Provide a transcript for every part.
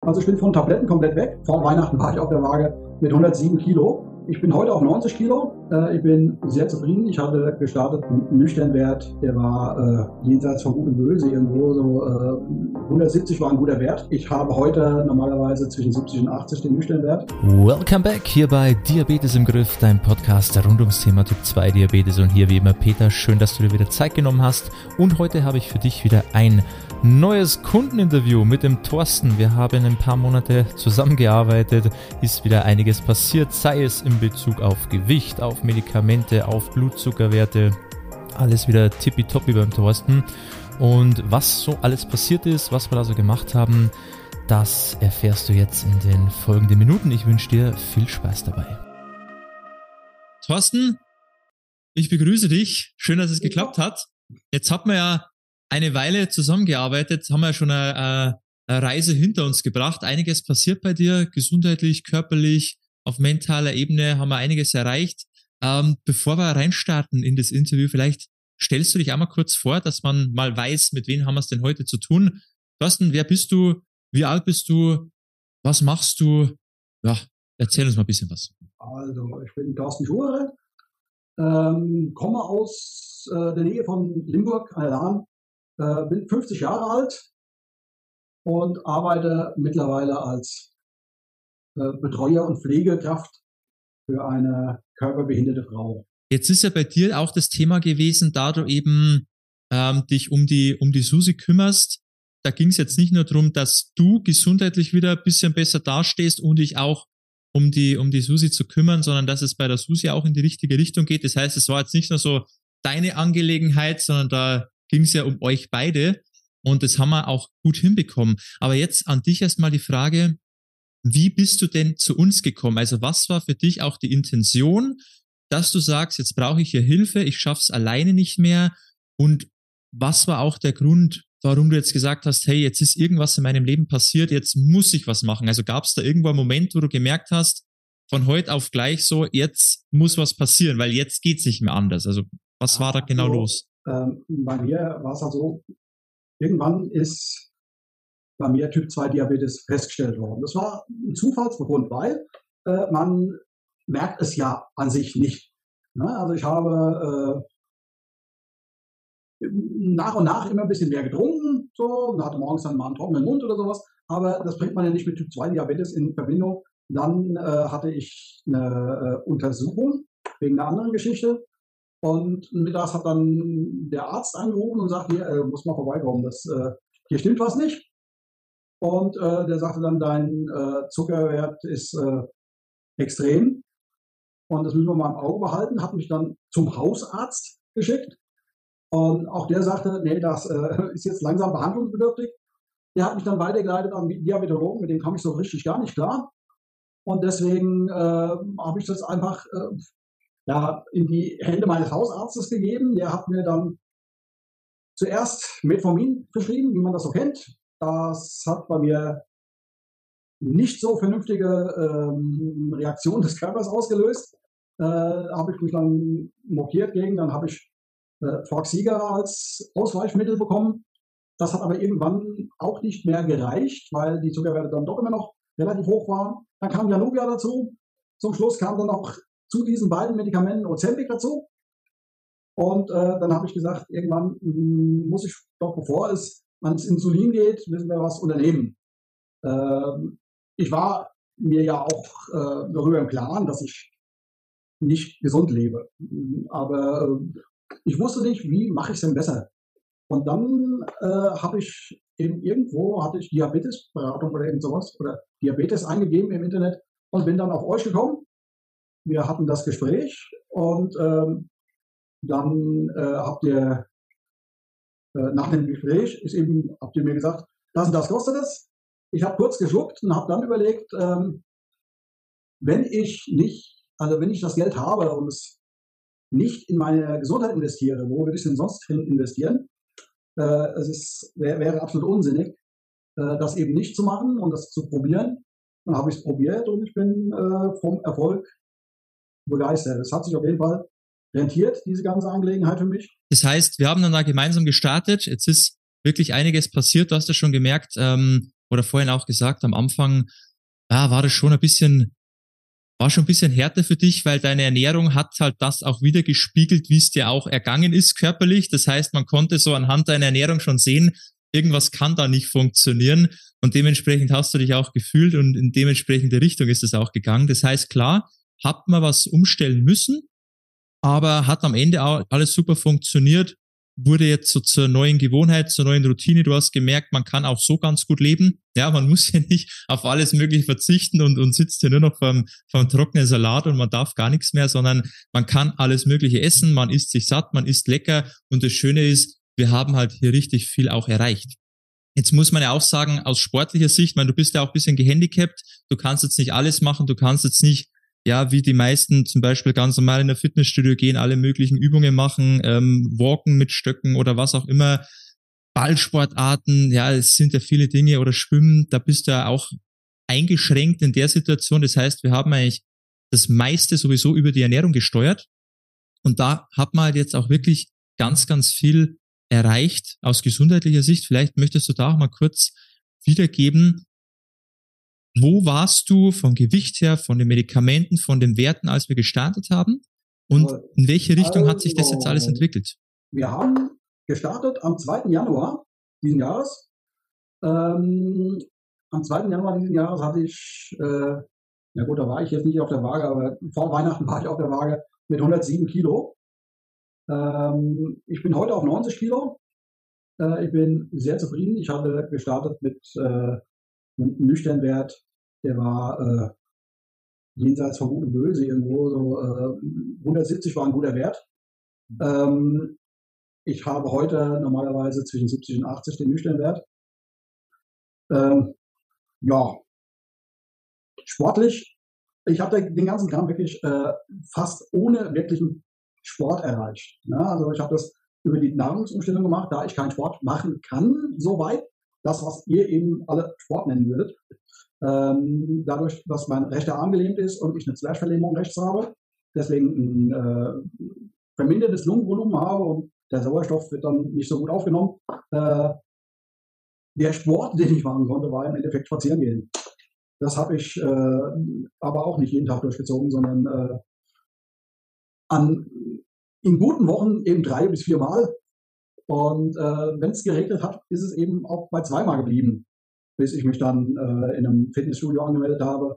Also ich bin von Tabletten komplett weg. Vor Weihnachten war ich auf der Waage mit 107 Kilo. Ich bin heute auf 90 Kilo. Ich bin sehr zufrieden. Ich hatte gestartet mit einem nüchternen Wert, der war jenseits von Gut und Böse. Irgendwo so 170 war ein guter Wert. Ich habe heute normalerweise zwischen 70 und 80 den nüchternen Wert. Welcome back hier bei Diabetes im Griff, dein Podcast rund ums Thema Typ 2 Diabetes. Und hier wie immer Peter, schön, dass du dir wieder Zeit genommen hast. Und heute habe ich für dich wieder ein neues Kundeninterview mit dem Thorsten. Wir haben ein paar Monate zusammengearbeitet, ist wieder einiges passiert, sei es in Bezug auf Gewicht, auf Medikamente, auf Blutzuckerwerte, alles wieder tippitoppi beim Thorsten. Und was so alles passiert ist, was wir da so gemacht haben, das erfährst du jetzt in den folgenden Minuten. Ich wünsche dir viel Spaß dabei. Thorsten, ich begrüße dich. Schön, dass es geklappt hat. Jetzt hat man ja eine Weile zusammengearbeitet, haben wir schon eine Reise hinter uns gebracht. Einiges passiert bei dir, gesundheitlich, körperlich, auf mentaler Ebene haben wir einiges erreicht. Bevor wir reinstarten in das Interview, vielleicht stellst du dich einmal kurz vor, dass man mal weiß, mit wem haben wir es denn heute zu tun. Thorsten, wer bist du? Wie alt bist du? Was machst du? Ja, erzähl uns mal ein bisschen was. Also, ich bin Thorsten Schure, komme aus der Nähe von Limburg an der Lahn. Bin 50 Jahre alt und arbeite mittlerweile als Betreuer und Pflegekraft für eine körperbehinderte Frau. Jetzt ist ja bei dir auch das Thema gewesen, da du eben dich um die Susi kümmerst. Da ging es jetzt nicht nur darum, dass du gesundheitlich wieder ein bisschen besser dastehst und dich auch um die Susi zu kümmern, sondern dass es bei der Susi auch in die richtige Richtung geht. Das heißt, es war jetzt nicht nur so deine Angelegenheit, sondern da ging es ja um euch beide und das haben wir auch gut hinbekommen. Aber jetzt an dich erstmal die Frage, wie bist du denn zu uns gekommen? Also was war für dich auch die Intention, dass du sagst, jetzt brauche ich hier Hilfe, ich schaff's alleine nicht mehr, und was war auch der Grund, warum du jetzt gesagt hast, hey, jetzt ist irgendwas in meinem Leben passiert, jetzt muss ich was machen? Also gab es da irgendwo einen Moment, wo du gemerkt hast, von heute auf gleich so, jetzt muss was passieren, weil jetzt geht's nicht mehr anders. Also was war da genau los? Bei mir war es halt so, irgendwann ist bei mir Typ 2 Diabetes festgestellt worden. Das war ein Zufallsbefund, weil man merkt es ja an sich nicht. Ne? Also ich habe nach und nach immer ein bisschen mehr getrunken, so, und hatte morgens dann mal einen trockenen Mund oder sowas, aber das bringt man ja nicht mit Typ 2 Diabetes in Verbindung. Dann hatte ich eine Untersuchung wegen einer anderen Geschichte. Und mittags hat dann der Arzt angerufen und sagt, hier, muss mal vorbeikommen, hier stimmt was nicht. Und der sagte dann, dein Zuckerwert ist extrem und das müssen wir mal im Auge behalten, hat mich dann zum Hausarzt geschickt. Und auch der sagte, nee, das ist jetzt langsam behandlungsbedürftig. Der hat mich dann weitergeleitet an einen Diabetologen, mit dem kam ich so richtig gar nicht klar. Und deswegen habe ich das einfach in die Hände meines Hausarztes gegeben. Der hat mir dann zuerst Metformin verschrieben, wie man das so kennt. Das hat bei mir nicht so vernünftige Reaktionen des Körpers ausgelöst. Habe ich mich dann mokiert gegen. Dann habe ich Forxiga als Ausweichmittel bekommen. Das hat aber irgendwann auch nicht mehr gereicht, weil die Zuckerwerte dann doch immer noch relativ hoch waren. Dann kam Januvia dazu. Zum Schluss kam dann auch zu diesen beiden Medikamenten Ozempic dazu. Und dann habe ich gesagt, irgendwann muss ich doch, bevor es ans Insulin geht, müssen wir was unternehmen. Ich war mir ja auch darüber im Klaren, dass ich nicht gesund lebe. Aber ich wusste nicht, wie mache ich es denn besser. Und dann habe ich eben hatte ich Diabetesberatung oder irgend sowas oder Diabetes eingegeben im Internet und bin dann auf euch gekommen. Wir hatten das Gespräch und dann habt ihr nach dem Gespräch habt ihr mir gesagt, das und das kostet es. Ich habe kurz geschluckt und habe dann überlegt, wenn ich das Geld habe und es nicht in meine Gesundheit investiere, wo würde ich denn sonst hin investieren? Wäre absolut unsinnig, das eben nicht zu machen und das zu probieren. Dann habe ich es probiert und ich bin vom Erfolg begeistert. Es hat sich auf jeden Fall rentiert, diese ganze Angelegenheit für mich. Das heißt, wir haben dann da gemeinsam gestartet. Jetzt ist wirklich einiges passiert. Du hast ja schon gemerkt, oder vorhin auch gesagt, am Anfang, war das schon ein bisschen härter für dich, weil deine Ernährung hat halt das auch wieder gespiegelt, wie es dir auch ergangen ist körperlich. Das heißt, man konnte so anhand deiner Ernährung schon sehen, irgendwas kann da nicht funktionieren und dementsprechend hast du dich auch gefühlt und in dementsprechende Richtung ist es auch gegangen. Das heißt, klar, hat man was umstellen müssen, aber hat am Ende auch alles super funktioniert, wurde jetzt so zur neuen Gewohnheit, zur neuen Routine. Du hast gemerkt, man kann auch so ganz gut leben. Ja, man muss ja nicht auf alles Mögliche verzichten und sitzt hier nur noch vom trockenen Salat und man darf gar nichts mehr, sondern man kann alles Mögliche essen, man isst sich satt, man isst lecker und das Schöne ist, wir haben halt hier richtig viel auch erreicht. Jetzt muss man ja auch sagen, aus sportlicher Sicht, du bist ja auch ein bisschen gehandicapt, du kannst jetzt nicht alles machen, du kannst jetzt nicht, ja, wie die meisten zum Beispiel ganz normal in der Fitnessstudio gehen, alle möglichen Übungen machen, walken mit Stöcken oder was auch immer, Ballsportarten, ja, es sind ja viele Dinge oder Schwimmen, da bist du ja auch eingeschränkt in der Situation. Das heißt, wir haben eigentlich das meiste sowieso über die Ernährung gesteuert und da hat man halt jetzt auch wirklich ganz, ganz viel erreicht aus gesundheitlicher Sicht. Vielleicht möchtest du da auch mal kurz wiedergeben, wo warst du vom Gewicht her, von den Medikamenten, von den Werten, als wir gestartet haben? Und in welche Richtung hat sich das jetzt alles entwickelt? Wir haben gestartet am 2. Januar diesen Jahres. Am 2. Januar diesen Jahres hatte ich, da war ich jetzt nicht auf der Waage, aber vor Weihnachten war ich auf der Waage mit 107 Kilo. Ich bin heute auf 90 Kilo. Ich bin sehr zufrieden. Ich hatte gestartet mit einem Nüchternwert, der war jenseits von Gut und Böse irgendwo. So 170 war ein guter Wert. Ich habe heute normalerweise zwischen 70 und 80 den Nüchternwert. Ja, sportlich. Ich habe den ganzen Kram wirklich fast ohne wirklichen Sport erreicht. Ja, also ich habe das über die Nahrungsumstellung gemacht, da ich keinen Sport machen kann, soweit. Das, was ihr eben alle Sport nennen würdet. Dadurch, dass mein rechter Arm gelähmt ist und ich eine Zwerchverlähmung rechts habe, deswegen ein vermindertes Lungenvolumen habe und der Sauerstoff wird dann nicht so gut aufgenommen. Der Sport, den ich machen konnte, war im Endeffekt spazieren gehen. Das habe ich aber auch nicht jeden Tag durchgezogen, sondern in guten Wochen eben 3 bis 4 Mal. Und wenn es geregnet hat, ist es eben auch bei 2 Mal geblieben, bis ich mich dann in einem Fitnessstudio angemeldet habe,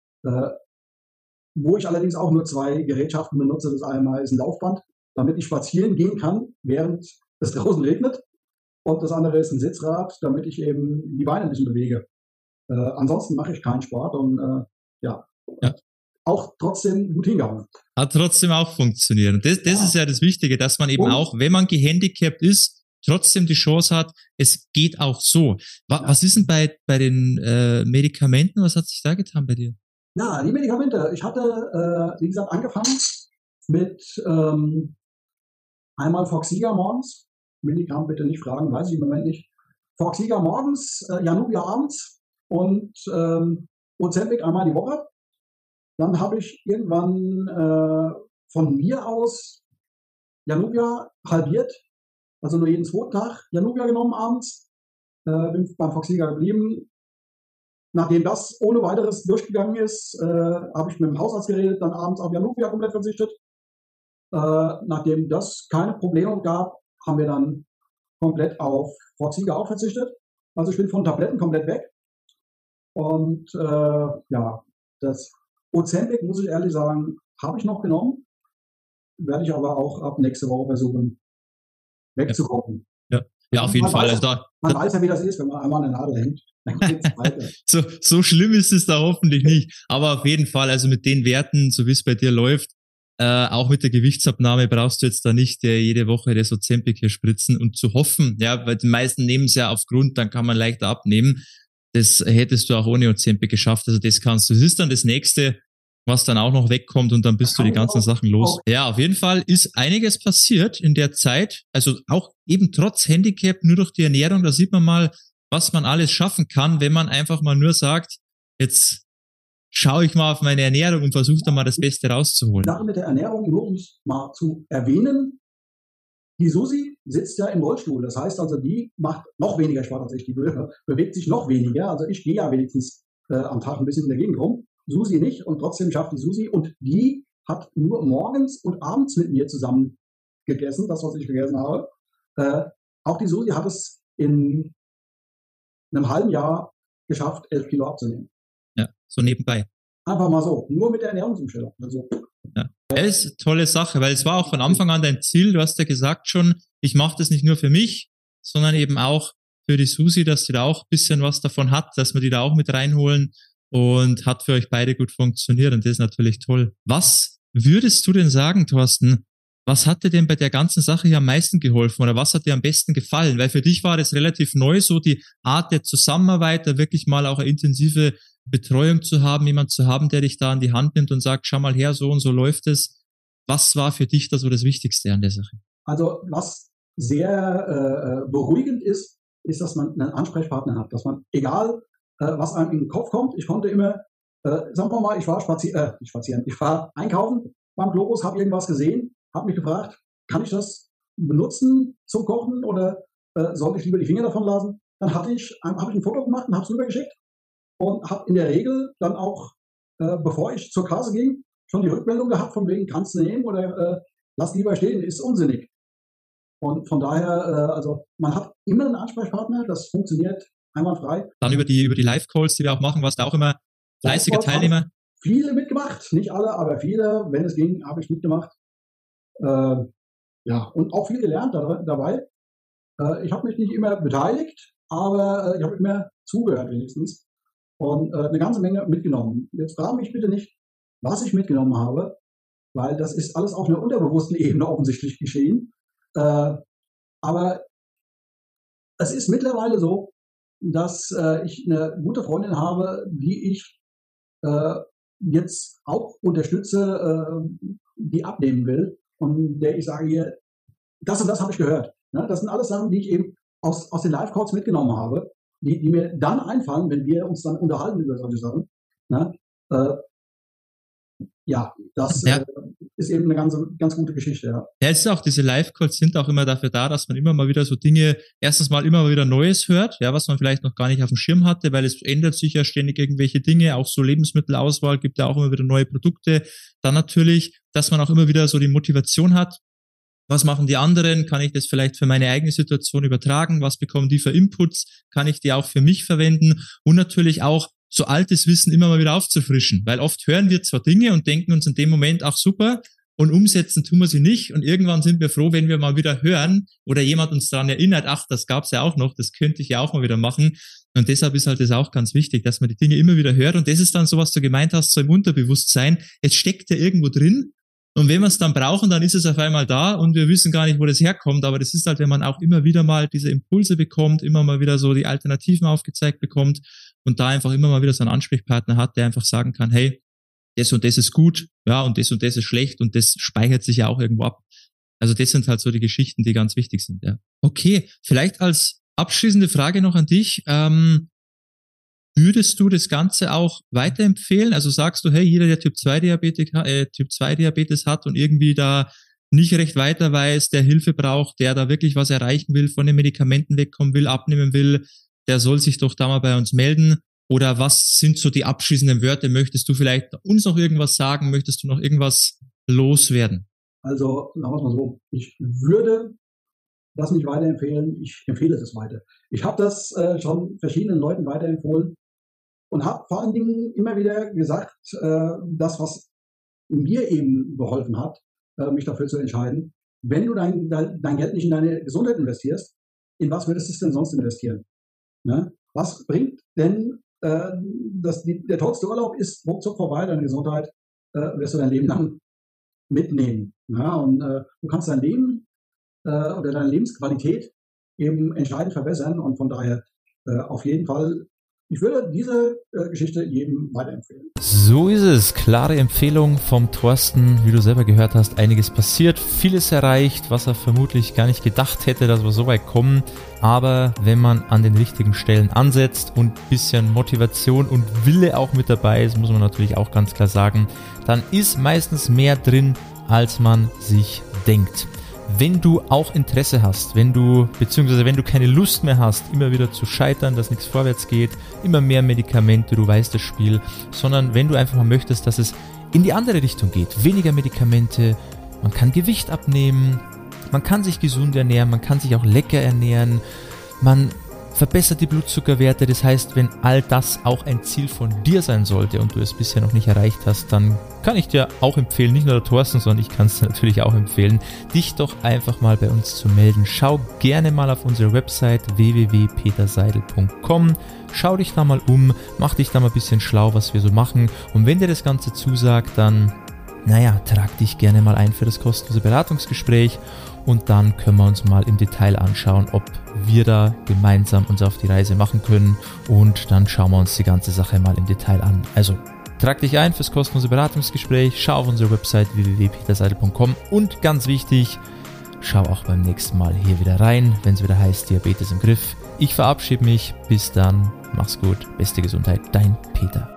wo ich allerdings auch nur 2 Gerätschaften benutze. Das eine ist ein Laufband, damit ich spazieren gehen kann, während es draußen regnet. Und das andere ist ein Sitzrad, damit ich eben die Beine ein bisschen bewege. Ansonsten mache ich keinen Sport und ja. Auch trotzdem gut hingehauen. Hat trotzdem auch funktioniert. Und das ist ja das Wichtige, dass man eben auch, wenn man gehandicapt ist, trotzdem die Chance hat, es geht auch so. Was ist denn bei den Medikamenten, was hat sich da getan bei dir? Ja, die Medikamente. Ich hatte, wie gesagt, angefangen mit einmal Forxiga morgens. Milligramm bitte nicht fragen, weiß ich im Moment nicht. Forxiga morgens, Januvia abends und Ozempic einmal die Woche. Dann habe ich irgendwann von mir aus Januvia halbiert, also nur jeden 2. Tag Januvia genommen abends, bin beim Forxiga geblieben. Nachdem das ohne weiteres durchgegangen ist, habe ich mit dem Hausarzt geredet, dann abends auf Januvia komplett verzichtet. Nachdem das keine Probleme gab, haben wir dann komplett auf Forxiga auch verzichtet. Also ich bin von Tabletten komplett weg. Und ja, das Ozempic, muss ich ehrlich sagen, habe ich noch genommen. Werde ich aber auch ab nächste Woche versuchen, wegzukommen. Ja, auf jeden Fall. Man weiß ja, wie das ist, wenn man einmal eine Nadel hängt. Dann geht's weiter. so schlimm ist es da hoffentlich nicht. Aber auf jeden Fall, also mit den Werten, so wie es bei dir läuft, auch mit der Gewichtsabnahme brauchst du jetzt da nicht jede Woche das Ozempic hier spritzen und zu hoffen, ja, weil die meisten nehmen es ja aufgrund, dann kann man leichter abnehmen. Das hättest du auch ohne Ozempic geschafft. Also das kannst du. Das ist dann das Nächste, was dann auch noch wegkommt und dann bist du die ganzen Sachen los. Ja, auf jeden Fall ist einiges passiert in der Zeit. Also auch eben trotz Handicap, nur durch die Ernährung, da sieht man mal, was man alles schaffen kann, wenn man einfach mal nur sagt, jetzt schaue ich mal auf meine Ernährung und versuche da mal das Beste rauszuholen. Die Sache mit der Ernährung, nur um es mal zu erwähnen, Die Susi sitzt ja im Rollstuhl. Das heißt also, die macht noch weniger Sport als ich. Die bewegt sich noch weniger. Also ich gehe ja wenigstens am Tag ein bisschen in der Gegend rum. Susi nicht. Und trotzdem schafft die Susi. Und die hat nur morgens und abends mit mir zusammen gegessen. Das, was ich gegessen habe. Auch die Susi hat es in einem halben Jahr geschafft, 11 Kilo abzunehmen. Ja, so nebenbei. Einfach mal so. Nur mit der Ernährungsumstellung. Also, ja. Das ist eine tolle Sache, weil es war auch von Anfang an dein Ziel. Du hast ja gesagt schon, ich mache das nicht nur für mich, sondern eben auch für die Susi, dass sie da auch ein bisschen was davon hat, dass wir die da auch mit reinholen, und hat für euch beide gut funktioniert, und das ist natürlich toll. Was würdest du denn sagen, Thorsten, was hat dir denn bei der ganzen Sache hier am meisten geholfen oder was hat dir am besten gefallen? Weil für dich war das relativ neu, so die Art der Zusammenarbeit, da wirklich mal auch eine intensive Betreuung zu haben, jemand zu haben, der dich da an die Hand nimmt und sagt, schau mal her, so und so läuft es. Was war für dich da so das Wichtigste an der Sache? Also was sehr beruhigend ist, dass man einen Ansprechpartner hat, dass man, egal was einem in den Kopf kommt, ich konnte immer, sagen wir mal, ich war einkaufen beim Globus, habe irgendwas gesehen, habe mich gefragt, kann ich das benutzen zum Kochen oder sollte ich lieber die Finger davon lassen? Dann habe ich ein Foto gemacht und habe es rübergeschickt und habe in der Regel dann auch, bevor ich zur Kasse ging, schon die Rückmeldung gehabt, von wegen, kannst du nehmen oder lass lieber stehen, ist unsinnig. Und von daher, also man hat immer einen Ansprechpartner, das funktioniert einwandfrei. Dann über die Live-Calls, die wir auch machen, warst du auch immer fleißiger Teilnehmer? Viele mitgemacht, nicht alle, aber viele, wenn es ging, habe ich mitgemacht. Ja, und auch viel gelernt dabei. Ich habe mich nicht immer beteiligt, aber ich habe immer zugehört wenigstens und eine ganze Menge mitgenommen. Jetzt frage mich bitte nicht, was ich mitgenommen habe, weil das ist alles auf einer unterbewussten Ebene offensichtlich geschehen. Aber es ist mittlerweile so, dass ich eine gute Freundin habe, die ich jetzt auch unterstütze, die abnehmen will und der ich sage hier, das und das habe ich gehört. Ne? Das sind alles Sachen, die ich eben aus den Live-Calls mitgenommen habe, die mir dann einfallen, wenn wir uns dann unterhalten über solche Sachen. Ne? Ja, das ist eben eine ganz gute Geschichte. Ja, es ist auch, diese Live-Calls sind auch immer dafür da, dass man immer mal wieder so Dinge, erstens mal immer mal wieder Neues hört, ja, was man vielleicht noch gar nicht auf dem Schirm hatte, weil es ändert sich ja ständig irgendwelche Dinge, auch so Lebensmittelauswahl, gibt ja auch immer wieder neue Produkte. Dann natürlich, dass man auch immer wieder so die Motivation hat, was machen die anderen? Kann ich das vielleicht für meine eigene Situation übertragen? Was bekommen die für Inputs? Kann ich die auch für mich verwenden? Und natürlich auch so altes Wissen immer mal wieder aufzufrischen, weil oft hören wir zwar Dinge und denken uns in dem Moment, ach super, und umsetzen tun wir sie nicht, und irgendwann sind wir froh, wenn wir mal wieder hören oder jemand uns daran erinnert, ach, das gab's ja auch noch, das könnte ich ja auch mal wieder machen, und deshalb ist halt das auch ganz wichtig, dass man die Dinge immer wieder hört, und das ist dann so, was du gemeint hast, so im Unterbewusstsein, es steckt ja irgendwo drin, und wenn wir es dann brauchen, dann ist es auf einmal da und wir wissen gar nicht, wo das herkommt, aber das ist halt, wenn man auch immer wieder mal diese Impulse bekommt, immer mal wieder so die Alternativen aufgezeigt bekommt und da einfach immer mal wieder so einen Ansprechpartner hat, der einfach sagen kann, hey, das und das ist gut, ja, und das ist schlecht, und das speichert sich ja auch irgendwo ab. Also das sind halt so die Geschichten, die ganz wichtig sind, ja. Okay, vielleicht als abschließende Frage noch an dich, würdest du das Ganze auch weiterempfehlen? Also sagst du, hey, jeder, der Typ 2 Diabetes hat und irgendwie da nicht recht weiter weiß, der Hilfe braucht, der da wirklich was erreichen will, von den Medikamenten wegkommen will, abnehmen will, der soll sich doch da mal bei uns melden. Oder was sind so die abschließenden Wörter? Möchtest du vielleicht uns noch irgendwas sagen? Möchtest du noch irgendwas loswerden? Also, sagen wir es mal so, ich würde das nicht weiterempfehlen, ich empfehle es weiter. Ich habe das schon verschiedenen Leuten weiterempfohlen und habe vor allen Dingen immer wieder gesagt, das, was mir eben geholfen hat, mich dafür zu entscheiden, wenn du dein Geld nicht in deine Gesundheit investierst, in was würdest du es denn sonst investieren? Ne? Was bringt denn, der tollste Urlaub ist ruckzuck vorbei, deine Gesundheit wirst du dein Leben lang mitnehmen. Ja? Und du kannst dein Leben oder deine Lebensqualität eben entscheidend verbessern, und von daher auf jeden Fall, ich würde diese Geschichte jedem weiterempfehlen. So ist es. Klare Empfehlung vom Thorsten. Wie du selber gehört hast, einiges passiert, vieles erreicht, was er vermutlich gar nicht gedacht hätte, dass wir so weit kommen. Aber wenn man an den richtigen Stellen ansetzt und ein bisschen Motivation und Wille auch mit dabei ist, muss man natürlich auch ganz klar sagen, dann ist meistens mehr drin, als man sich denkt. Wenn du auch Interesse hast, wenn du keine Lust mehr hast, immer wieder zu scheitern, dass nichts vorwärts geht, immer mehr Medikamente, du weißt das Spiel, sondern wenn du einfach mal möchtest, dass es in die andere Richtung geht, weniger Medikamente, man kann Gewicht abnehmen, man kann sich gesund ernähren, man kann sich auch lecker ernähren, man verbessert die Blutzuckerwerte, das heißt, wenn all das auch ein Ziel von dir sein sollte und du es bisher noch nicht erreicht hast, dann kann ich dir auch empfehlen, nicht nur der Thorsten, sondern ich kann es dir natürlich auch empfehlen, dich doch einfach mal bei uns zu melden. Schau gerne mal auf unsere Website www.peterseidel.com, schau dich da mal um, mach dich da mal ein bisschen schlau, was wir so machen, und wenn dir das Ganze zusagt, dann trag dich gerne mal ein für das kostenlose Beratungsgespräch und dann können wir uns mal im Detail anschauen, ob wir da gemeinsam uns auf die Reise machen können, und dann schauen wir uns die ganze Sache mal im Detail an. Also trag dich ein fürs kostenlose Beratungsgespräch, schau auf unsere Website www.peterseidel.com und ganz wichtig, schau auch beim nächsten Mal hier wieder rein, wenn es wieder heißt Diabetes im Griff. Ich verabschiede mich, bis dann, mach's gut, beste Gesundheit, dein Peter.